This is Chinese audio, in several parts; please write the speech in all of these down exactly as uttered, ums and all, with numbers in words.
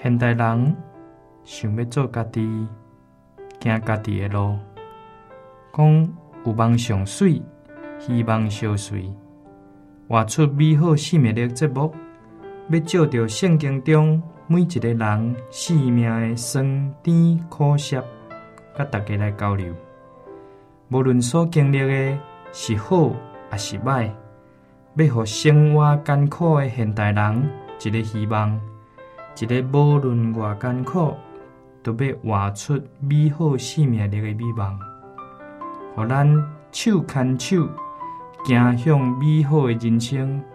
现代人想要做家己，行家己的路，讲有梦上水，希望相随，活出美好生命力节目，要照着圣经中每一个人生命的酸甜苦涩，甲大家来交流。无论所经历的是好还是歹，要互生活艰苦的现代人一个希望，一个无论偌艰苦，都要活出美好生命力的美梦，互咱手牵手，行向美好的人生。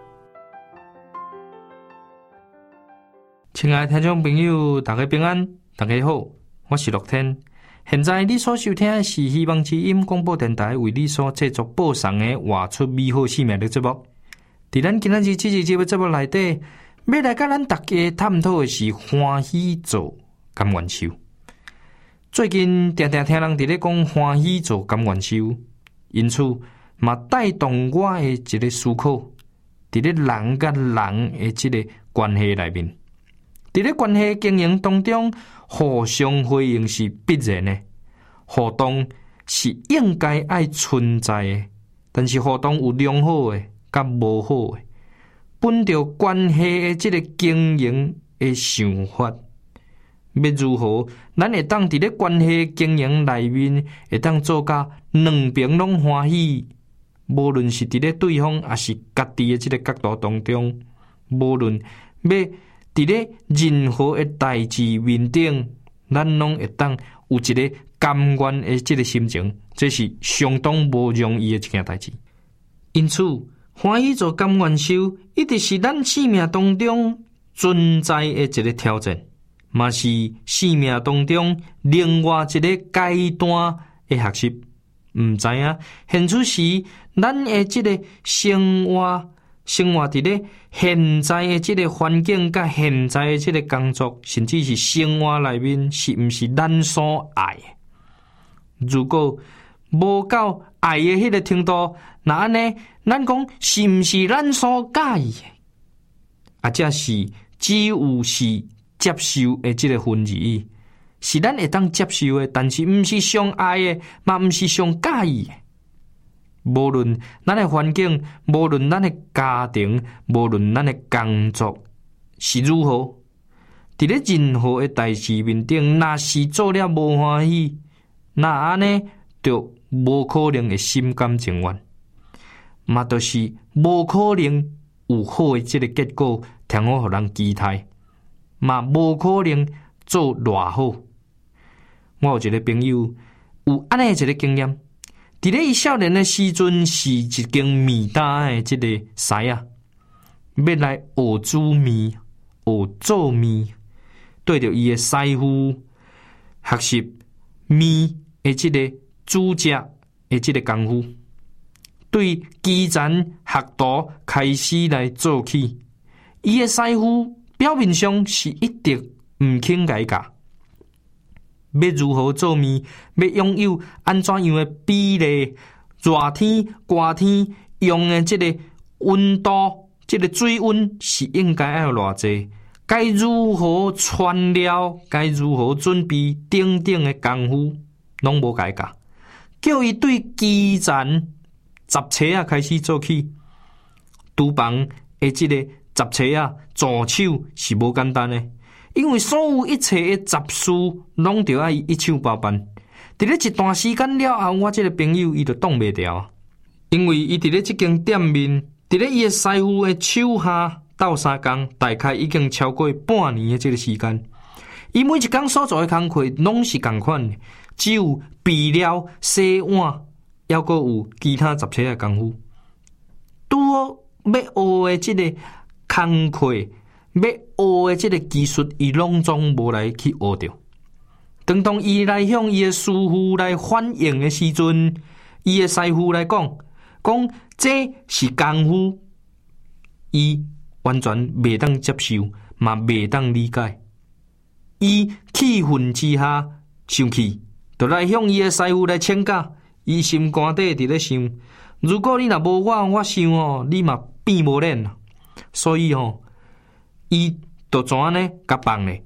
亲爱的听众朋友，大家平安，大家好，我是乐天。现在你所收听的是希望之音广播电台为你所制作播送的活出美好生命的节目。在咱今仔日这集节目内底，要来甲咱大家探讨的是欢喜做甘愿受。最近常常听人伫咧讲欢喜做甘愿受，因此嘛带动我的一个思考，伫咧人甲人的这个关系内面。伫咧关系经营当中，互相回应是必然的，互动是应该爱存在的。但是互动有良好的，甲无好的，本着关系的这个经营的想法，要如何，咱会当伫咧关系经营内面，会当做甲两边拢欢喜。无论是伫咧对方，还是家己的这个角度当中，无论要伫咧任何的代志面顶，咱拢会当有一个甘愿的这个心情，这是相当无容易的一件代志。因此，欢喜做甘愿受，一直是咱生命当中存在的一个挑战，嘛是生命当中另外一个阶段的学习。唔知影，现此时咱的这个生活。生活伫咧现在的这个环境，甲现在的这个工作，甚至是生活内面，是毋是咱所爱的？如果无到爱的迄个程度，那安尼，咱讲是毋是咱所介意的？啊，这是只有是接受的这个分字，是咱会当接受的，但是毋是上爱的，嘛毋是上介意的。无论咱的环境，无论咱的家庭，无论咱的工作是如何，伫咧任何的代志面顶，若是做了无欢喜，那安尼就无可能会心甘情愿，嘛就是无可能有好的这个结果，听好互人期待，嘛无可能做偌好。我有一个朋友有安尼一个经验。伫咧伊少年的时阵，是一间面搭的这个师啊，要来学煮面、学做面，对着伊的师傅学习面的这个煮食的这个功夫，对基层学徒开始来做起。伊的师傅表面上是一直唔肯改教。要如何做面？要拥有安怎样的比例？热天、寒天用的这个温度、这个水温是应该要偌济？该如何穿料？该如何准备？等等的功夫拢无改教，叫伊对基层杂车啊开始做起。厨房的这个杂车啊，助手是无简单的。因为所有一切的杂事，拢着爱一手包办。伫咧一段时间了后，我这个朋友伊就挡袂牢，因为伊伫咧这间店面，伫咧伊的师傅的手下斗三工，大概已经超过半年的这个时间。伊每一工所做的工课拢是共款的，只有备料、洗碗，还阁有其他杂车的功夫。拄好要学的这个工课。要学的这个技术，伊拢总无来去学着。当当伊来向伊的师傅来反映的时阵，伊的师傅来讲，讲这是功夫，伊完全袂当接受，嘛袂当理解。伊气愤之下生气，就来向伊的师傅来请教。伊心肝底伫咧想，如果你若无我，我想哦，你嘛变无脸。所以哦。伊就怎呢？甲放咧，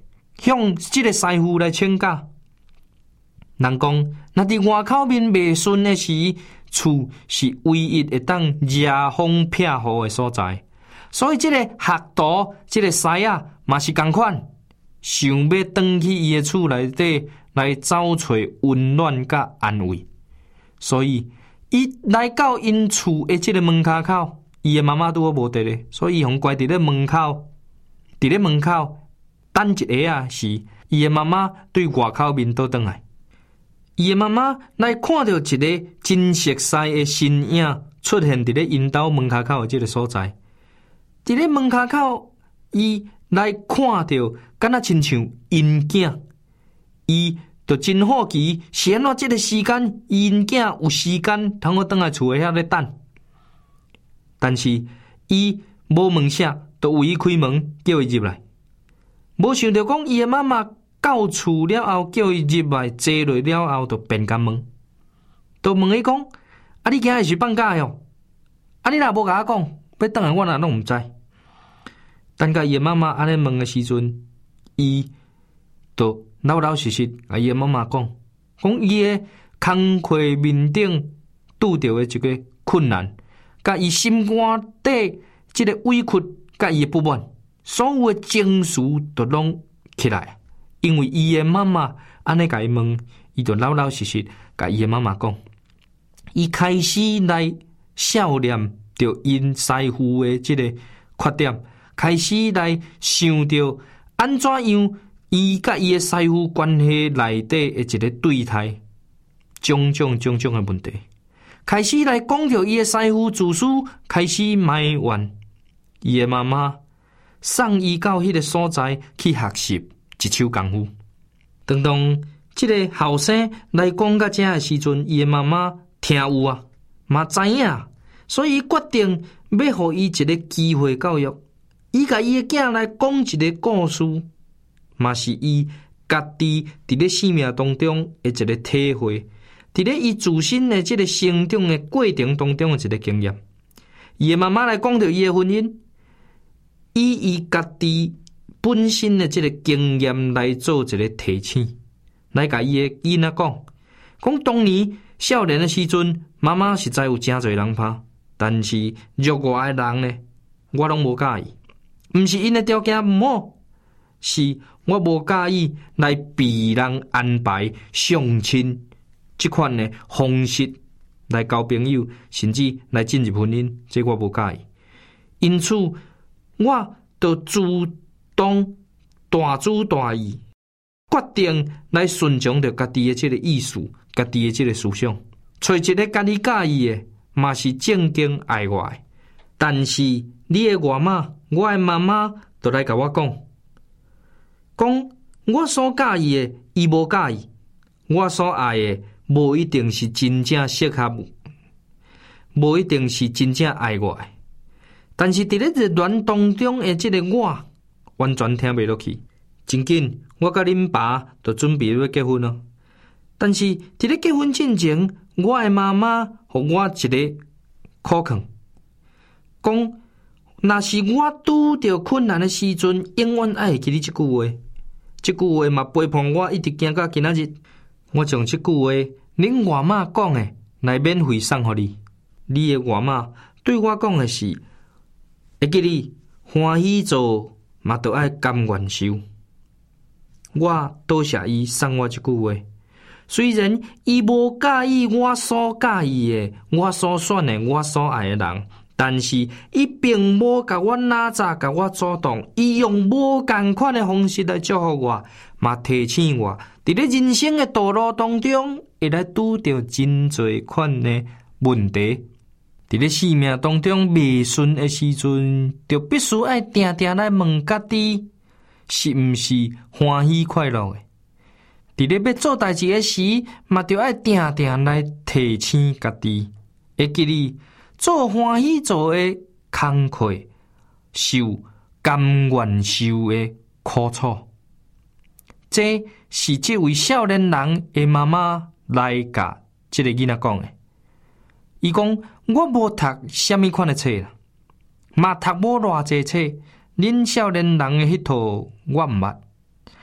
向即个师傅来请教。人讲，若伫外口面袂顺的时，厝是唯一会当遮风避雨的所在。所以即个学徒，即个师啊，嘛是共款，想要转去伊的厝内底来找找温暖甲安慰。所以，伊来到因厝的即个门骹口，伊的妈妈拄好无伫咧，所以伊互关伫咧门口，伫咧门口等一下啊时，伊的妈妈对外口面倒转来。伊的妈妈来看到一个真熟悉的身影出现伫咧因兜门骹口的即个所在。伫咧门骹口，伊来看到，敢若亲像因囝，伊就真好奇，是安怎即个时间因囝有时间通好倒来厝诶遐咧等。但是伊无问啥，就为伊开门叫伊入来。无想到讲伊的妈妈到厝了后，叫伊入来坐落了后，就便甲问，就问伊讲：啊，你今日是放假哟？啊，你若无甲我讲，要倒来我若拢毋知。等甲伊的妈妈安尼问的时阵，伊就老老实实甲伊的妈妈讲，讲伊的工课面顶拄着的一个困难，甲伊心肝底即个委屈，甲伊的不满，所有的情绪都拢起来。因为伊的妈妈安尼甲伊问，伊就老老实实甲伊的妈妈讲，伊开始来笑念着因师父的即个缺点，开始来想着安怎样伊甲伊的师父关系内底的一个对待，种种种种的问题，开始来讲着伊的师父自私，开始埋怨伊的妈妈送伊到迄个所在去学习一手功夫。当当即个后生来讲到这的时阵，伊的妈妈听有啊，嘛知影，所以决定要互伊一个机会教育。伊甲伊的囝来讲一个故事，嘛是伊家己伫咧生命当中的一个体会，伫咧伊自身的即个成长的过程当中的一个经验。伊的妈妈来讲到伊的婚姻，以伊家己本身的即个经验来做一个提醒，来甲伊的囡仔讲，讲当年少年的时阵，妈妈实在有真侪人拍，但是虐我的人呢，我拢无介意。毋是因的条件毋好，是我无介意来被人安排相亲这款的方式来交朋友，甚至来进入婚姻，这我无介意。因此，我就自动大主大意，决定来顺从着家己的这个意思，家己的这个思想，找一个家己介意的，嘛是正经爱我的。但是你的外妈，我的妈妈，就来甲我讲，讲我所介意的，伊无介意；我所爱的，无一定是真正适合，无一定是真正爱我的。但是伫咧热恋当中的这个我，完全听袂落去。真紧，我甲恁爸就准备要结婚了。但是伫咧结婚之前，我的妈妈互我一个苦劝，讲若是我拄着困难的时阵，永远爱记你这句话。这句话嘛陪伴我一直行到今仔日。我将这句话恁外妈讲的来免费送互你。你的外妈对我讲的是，会记你欢喜做，嘛都爱甘愿受。我多谢伊送我这句话。虽然伊无介意我所介意的，我所选的，我所爱的人，但是伊并无甲我哪吒，甲我主动，伊用无同款的方式来祝福我，嘛提醒我，伫咧人生的道路当中，会来拄到真侪款的问题。伫咧生命当中未顺的时阵，就必须爱定定来问家己，是毋是欢喜快乐的。伫咧要做代志的时，嘛就爱定定来提醒家己，会记你做欢喜做的工课，受甘愿受的苦楚。这是这位少年人的妈妈来甲这个囡仔讲的。伊讲我无读什么款的册啦，嘛读无偌济册，恁少年人的迄套我毋捌。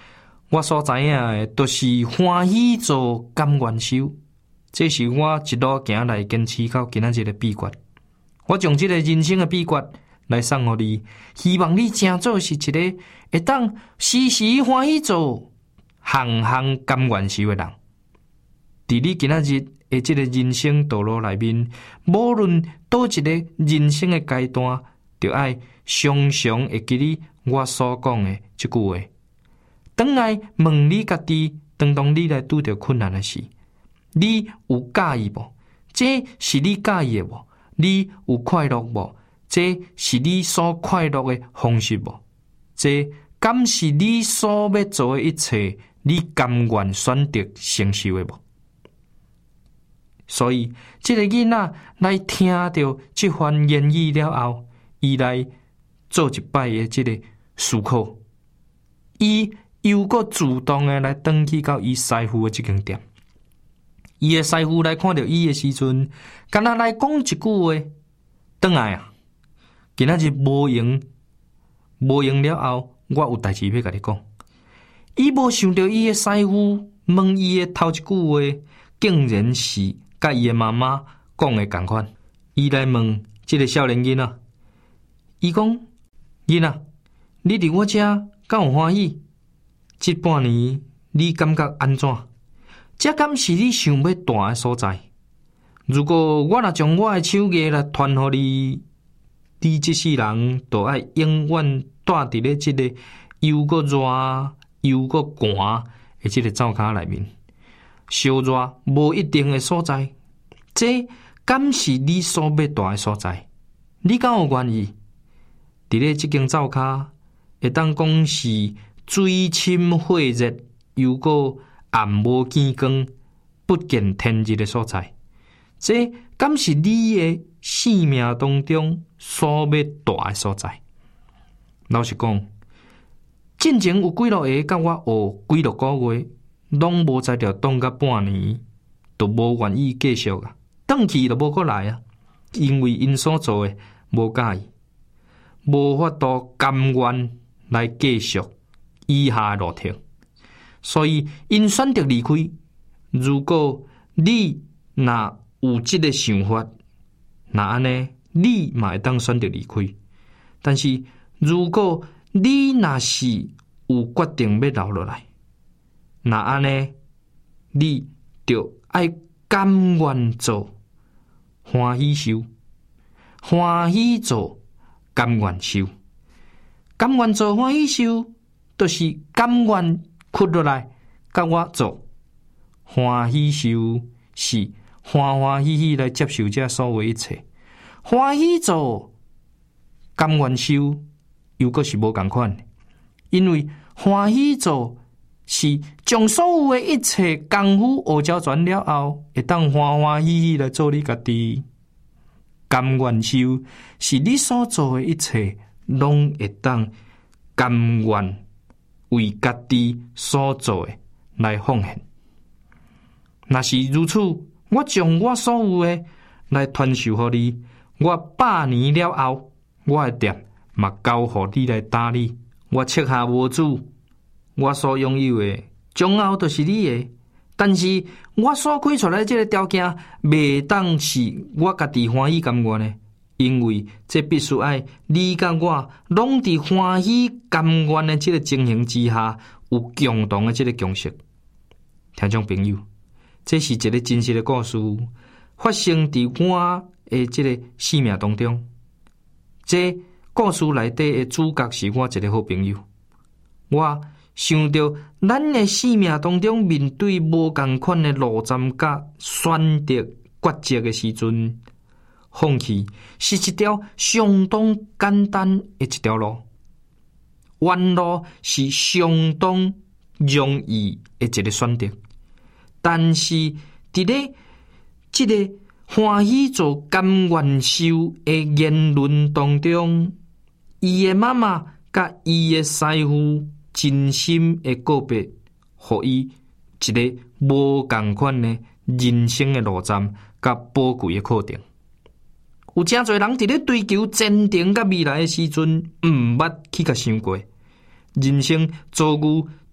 我所知影的，都是欢喜做，甘愿受。这是我一路行来坚持到今仔日的秘诀。我将这个人生的秘诀来送给你，希望你真做是一个会当时时欢喜做，行行甘愿受的人。伫你今仔日的这个人生道路内面，无论倒一个人生的阶段，就爱常常会记你我所讲的这句话。当来问你家己，当当你来拄着困难的事，你有介意无？这是你介意的无？你有快乐无？这是你所快乐的方式无？这敢是你所要做的一切，你甘愿选择承受的无？所以，这个囡仔来听到这番言语了后，伊来做一摆的这个思考，伊又搁主动的来登去到伊师父的这间店。伊的师父来看到伊的时阵，敢若来讲一句话：“转来啊，今仔日无用，无用了后，我有代志要甲你讲。”伊无想到伊的师父问伊的头一句话，竟然是甲伊的妈妈讲的同款。伊来问这个少年囡仔，伊讲：“囡仔，你伫我遮敢有欢喜？这半年你感觉安怎？这敢是你想要大的所在？如果我若将我的手艺来传予你，你这世人就爱永远住伫咧这个又搁热又搁寒的这个灶骹内面，烧热无一定的所在。这敢是你所要大的所在？你敢有愿意？伫咧这间灶骹，会当讲是水深火热，又搁暗无见光、不见天日的所在。这敢是你的生命当中所要大的所在？老实讲，进前有几落个甲我学几落个月，拢无才调当到半年，都无愿意继续啊，转去就无过来啊，因为因所做的无介意，无法度甘愿来继续以下的路程，所以因选择离开。如果你若有这个想法，那安尼你嘛会当选择离开。但是如果你若是有决定要留落来，那安尼你就爱甘愿做，欢喜受，欢喜做，甘愿受，甘愿做欢喜受，就是甘愿屈落来甲我做。欢喜受是欢欢喜喜来接受这所有一切，欢喜做甘愿受又搁是无同款，因为欢喜做是将所有的一切功夫学教全了后，会当欢欢喜喜来做你家己。甘愿受是你所做的一切，拢会当甘愿为家己所做的来奉献。若是如此，我将我所有的来传授予你，我百年了后，我的店嘛交予你来打理。我册下无主，我所拥有的将后都是你的。但是我所开出来这个条件，袂当是我家己欢喜甘愿的，因为这必须爱你甲我拢伫欢喜甘愿的这个情形之下，有共同的这个共识。听众朋友，这是一个真实的故事，发生伫我的这个生命当中。这故事内底的主角是我一个好朋友。我想到咱的生命当中面对无同款的路站甲选择抉择的时阵，放弃是一条相当简单的一条路，弯路是相当容易的一个选择。但是伫咧这个欢喜做甘愿受的言论当中，伊的妈妈甲伊的师父真心的告别，予伊一个无同款的人生的路站甲宝贵的课程。有真侪人伫咧追求前程甲未来的时阵，毋捌去甲想过，人生遭遇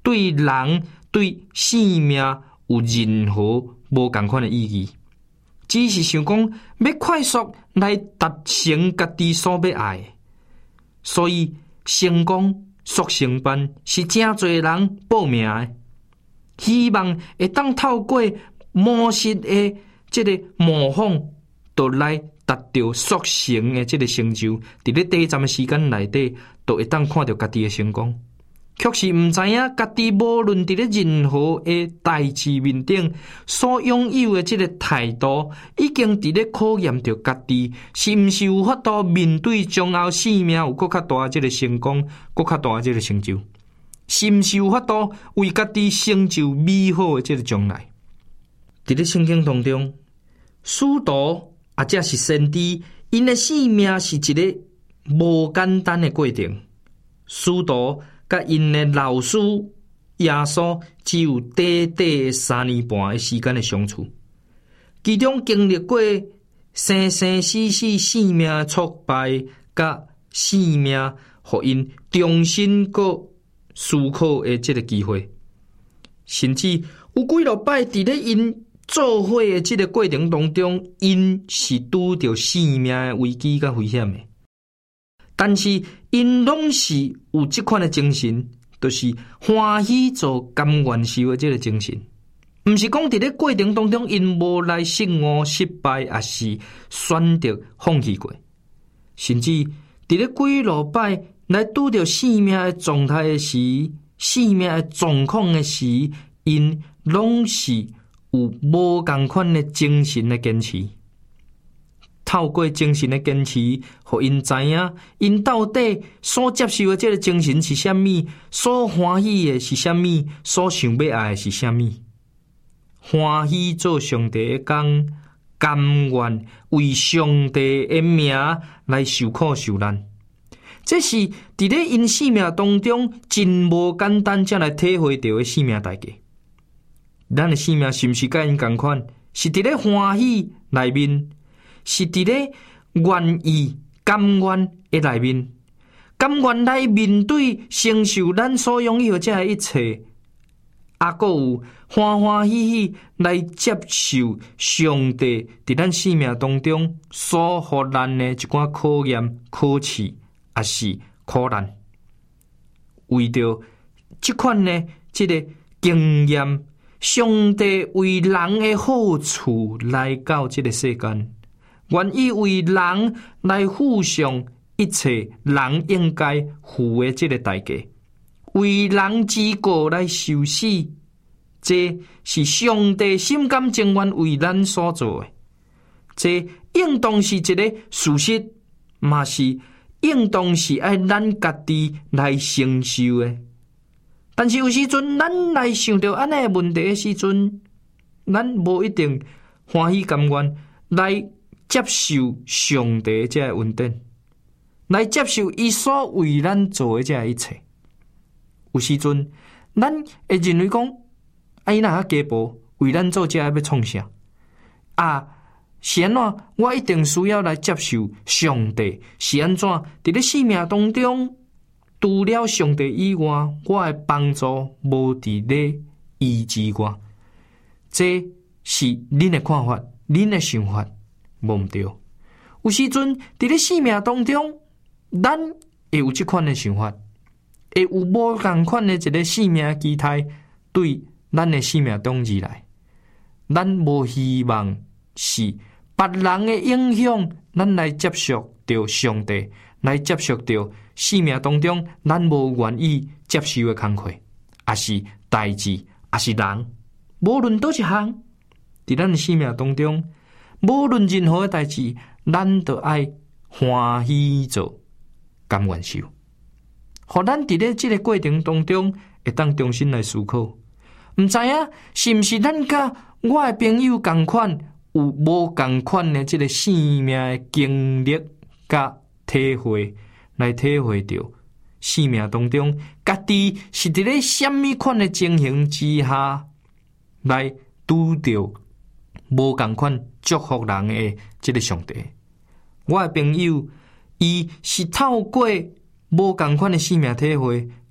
对人对生命有任何无同款的意义，只是想讲要快速来达成家己所要爱的。所以成功速成班是真侪人报名的，希望会当透过模式的这个模仿，都来达到速成的这个成就。伫咧短暂的时间内底，都会当看到家己的成功。却是唔知影家己无论伫咧任何的代志面顶所拥有的这个态度，已经伫咧考验着家己是毋是有法度面对将后生命有更较大的这个成功，更较大的这个成就，是毋是有法度为家己成就美好的这个将来。伫咧圣经当中，使徒啊，则是先知，因的生命是一个无简单的过程。使徒甲因的老师耶稣只有短短三年半的时间的相处，其中经历过生生死死生命的挫败，甲生命互因重新过思考的这个机会，甚至有几落摆伫咧因做伙的这个过程当中，因是拄着生命的危机甲危险的。但是因拢是有这款的精神，就是欢喜做甘愿受的这个精神，不是讲伫咧过程当中因无来失误失败，也是选择放弃过，甚至伫咧几落摆来拄着生命的状态的时，生命的状况的时，因拢是有无同款的精神的坚持。透过精神的坚持，互因知影，因到底所接受的这个精神是啥物，所欢喜的是啥物，所想要爱的是啥物。欢喜做上帝的工，甘愿为上帝的名来受苦受难。这是伫咧因生命当中真无简单才来体会到的生命代价。咱的生命是毋是甲因同款？是伫咧欢喜内面。是伫咧愿意甘愿的内面，甘愿来面对承受咱所拥有的这一切，啊，还有欢欢喜喜来接受上帝伫咱生命当中所予咱的一寡考验、考试，也是苦难。为着这款呢，这个经验，上帝为人的好处来到这个世间。愿意为人来付上一切人应该付的这个代价，为人之过来受死，这是上帝心甘情愿为咱所做的。这应当是一个事实，嘛是应当是爱咱家己来承受的。但是有时阵，咱来想到安尼的问题的时阵，咱无一定欢喜甘愿来接受上帝这个恩典，来接受伊所为咱做的这一切。有时阵，咱会认为讲，啊，伊若较家暴，为咱做这要创啥？啊，是安怎？我一定需要来接受上帝是安怎？伫咧生命当中，除了上帝以外，我的帮助无伫咧医治我。这是恁的看法，恁的想法。无毋对，有时阵伫咧生命当中，咱会有即款的想法，会有无同款的一个生命期待对咱的生命中而来。咱无希望是别人的影响，咱来接受着上帝，来接受着生命当中咱无愿意接受的工课，也是代志，也是人，无论倒一项，伫咱的生命当中。无论任何的代志，咱都爱欢喜做，甘愿受。互咱伫咧这个过程当中，会当重新来思考，毋知影是毋是咱甲我的朋友同款，有无同款的这个生命的经历甲体会，来体会到生命当中，家己是伫咧什么款的情形之下，来拄着无同款祝福人的这个上帝。我的朋友，伊是透过无同款的生命体会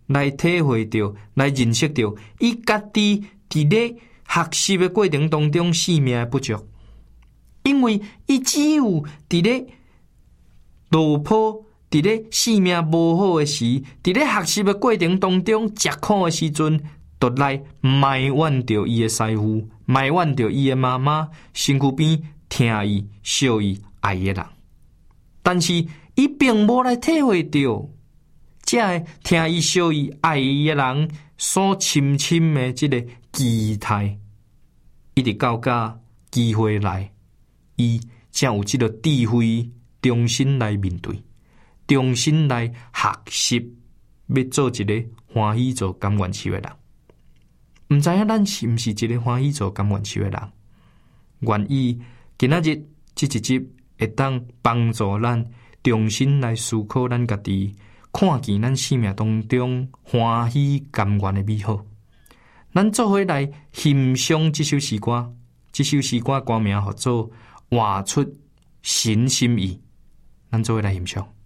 来体会到、来认识到，伊家己伫咧学习的过程当中生命的不足，因为伊只有伫咧落魄、伫咧生命无好的时，伫咧学习的过程当中食苦的时阵，就来埋怨着伊的师父，埋怨着伊的妈妈，身躯边听伊、笑伊、爱伊的人，但是伊并无来体会到。这个听伊笑伊爱伊的人所深深的这个期待，一直到甲机会来，伊才有这个智慧，重新来面对，重新来学习，要做一个欢喜做甘愿受的人。唔知影咱是毋是一个欢喜做甘愿受的人？愿意今仔日这一集会当帮助咱重新来思考咱家己。看见咱生命当中欢喜甘愿的美好，咱做伙来欣赏这首诗歌。这首诗歌歌名叫做《活出神心意》，咱做伙来欣赏。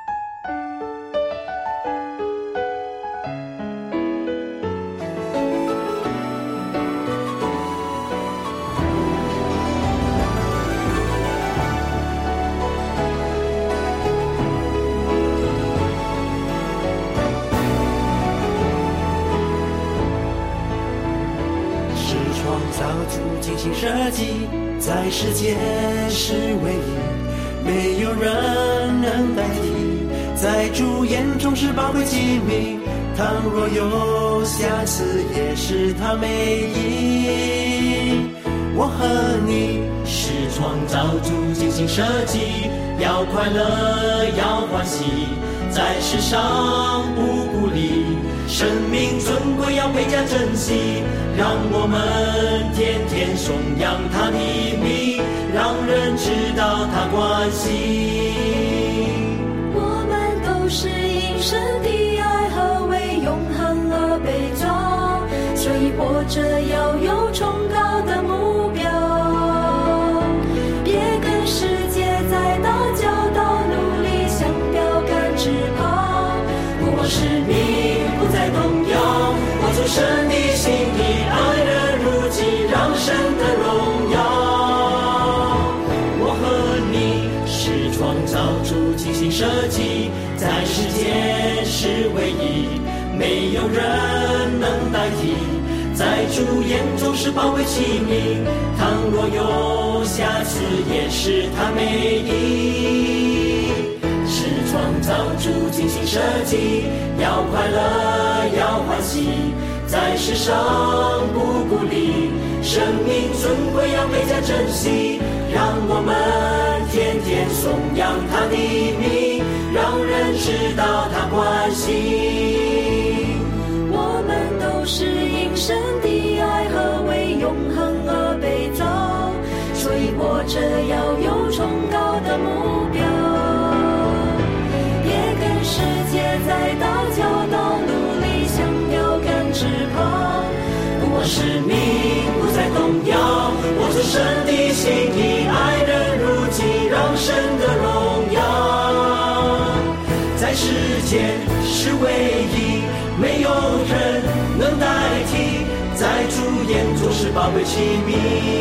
设计在世界是唯一，没有人能代替，在主眼中是宝贵器皿，倘若有瑕疵也是他美意。我和你是创造主精心设计，要快乐要欢喜，在世上不孤立，生命尊贵要倍加珍惜，让我们天天颂扬他的名，让人知道他关心。 我们都是因神的爱和为永恒而被造，所以活着要有崇高的目标，别跟世界在打交道，努力向标杆直跑，不忘使命不再动摇，活出神的心意，爱人如己，让神的荣耀。我和你是创造主精心设计，在世间是唯一，没有人能代替，在主眼中是宝贵器皿，倘若有瑕疵也是他美意。是创造主精心设计，要快乐要欢喜，在世上不孤立，生命尊贵要倍加珍惜，让我们天天颂扬他的名，让人知道他关心。我们都是因神的爱和为永恒而被造，所以活着要有崇高的目标，别跟世界在打交道，努力向标杆直跑，不忘使命不再动摇，活出神的心意，爱人如己，让神的荣耀。在世间是唯一，没有人能代替，在主眼中是宝贵器皿，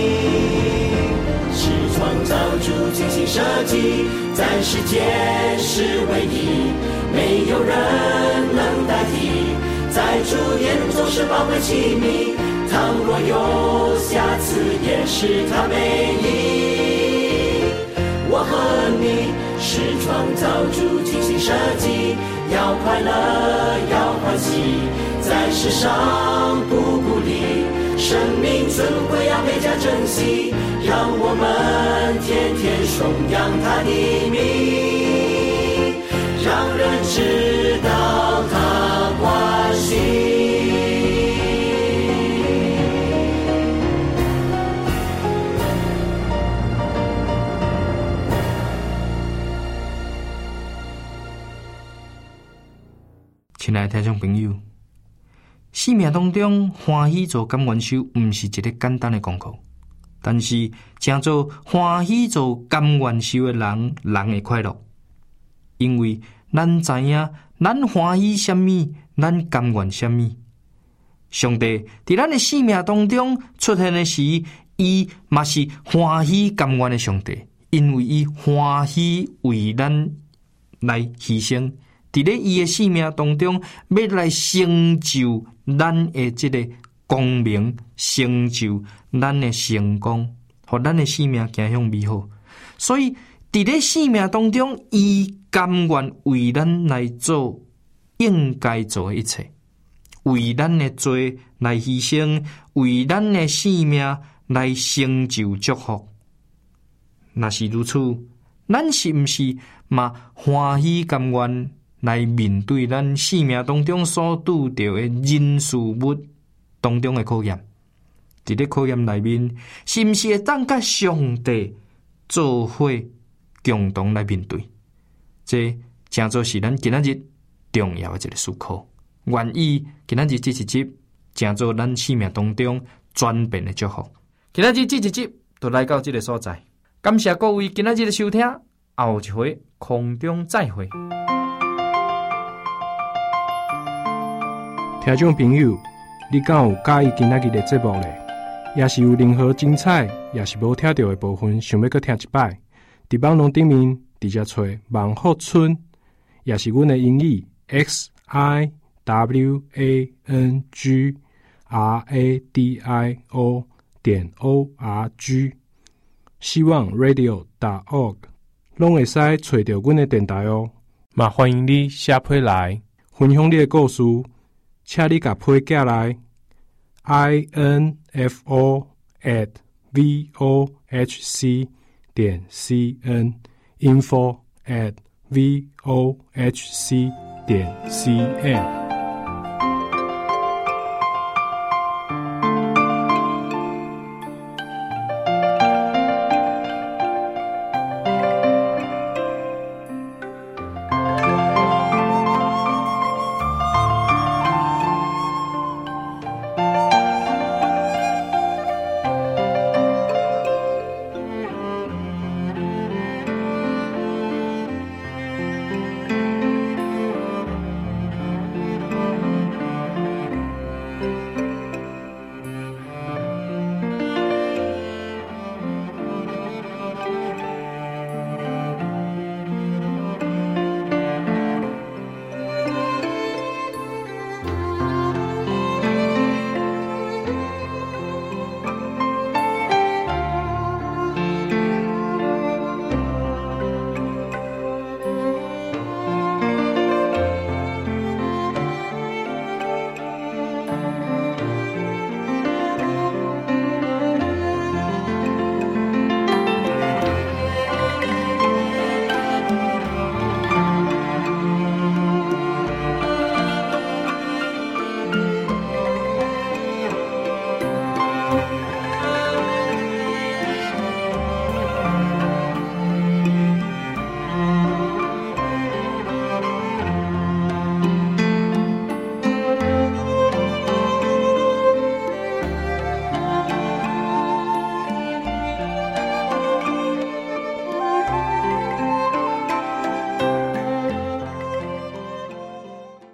是创造主精心设计，在世间是唯一，没有人能代替，在主眼中是宝贵器皿，倘若有瑕疵也是他美意。我和你是创造主精心设计，要快乐要欢喜，在世上不孤立，生命尊贵要倍加珍惜，让我们天天颂扬他的名，让人知道他关心。 亲爱的听众朋友，生命当中欢喜做甘愿受，不是一个简单的功课，但是正做欢喜做甘愿受的人，人会快乐，因为咱知影咱欢喜什么，咱甘愿什么。上帝伫咱的生命当中出现的时，伊嘛是欢喜甘愿的上帝，因为伊欢喜为咱来牺牲，伫咧伊的生命当中要来成就咱的这个光明，成就咱的成功，互咱的生命走向美好。所以伫咧生命当中，伊甘愿为咱来做应该做的一切。为咱的罪来牺牲，为咱的性命来成就祝福。若是如此，咱是毋是嘛欢喜甘愿来面对咱性命当中所拄到的人事物当中的考验？伫咧考验内面，是毋是会当甲上帝做伙共同来面对？这正做是咱今仔日重要的一个思考。愿意今仔日这一集，成做咱生命当中转变的祝福。今仔日这一集就来到这个所在，感谢各位今仔日的收听，后一回空中再会。 听众朋友，你敢有介意今仔日的节目呢？也是有任何精彩，也是无听到的部分，想要搁听一摆？伫网络顶面直接找万福村，也是阮的英语 X I W A N G R A D I O 点 O R G， 希望 radio 点 org 拢会使找到阮的电台哦。嘛欢迎你写批来分享你的故事，请你甲批寄来 info at vohc 点 cn info at vohc 点 cn。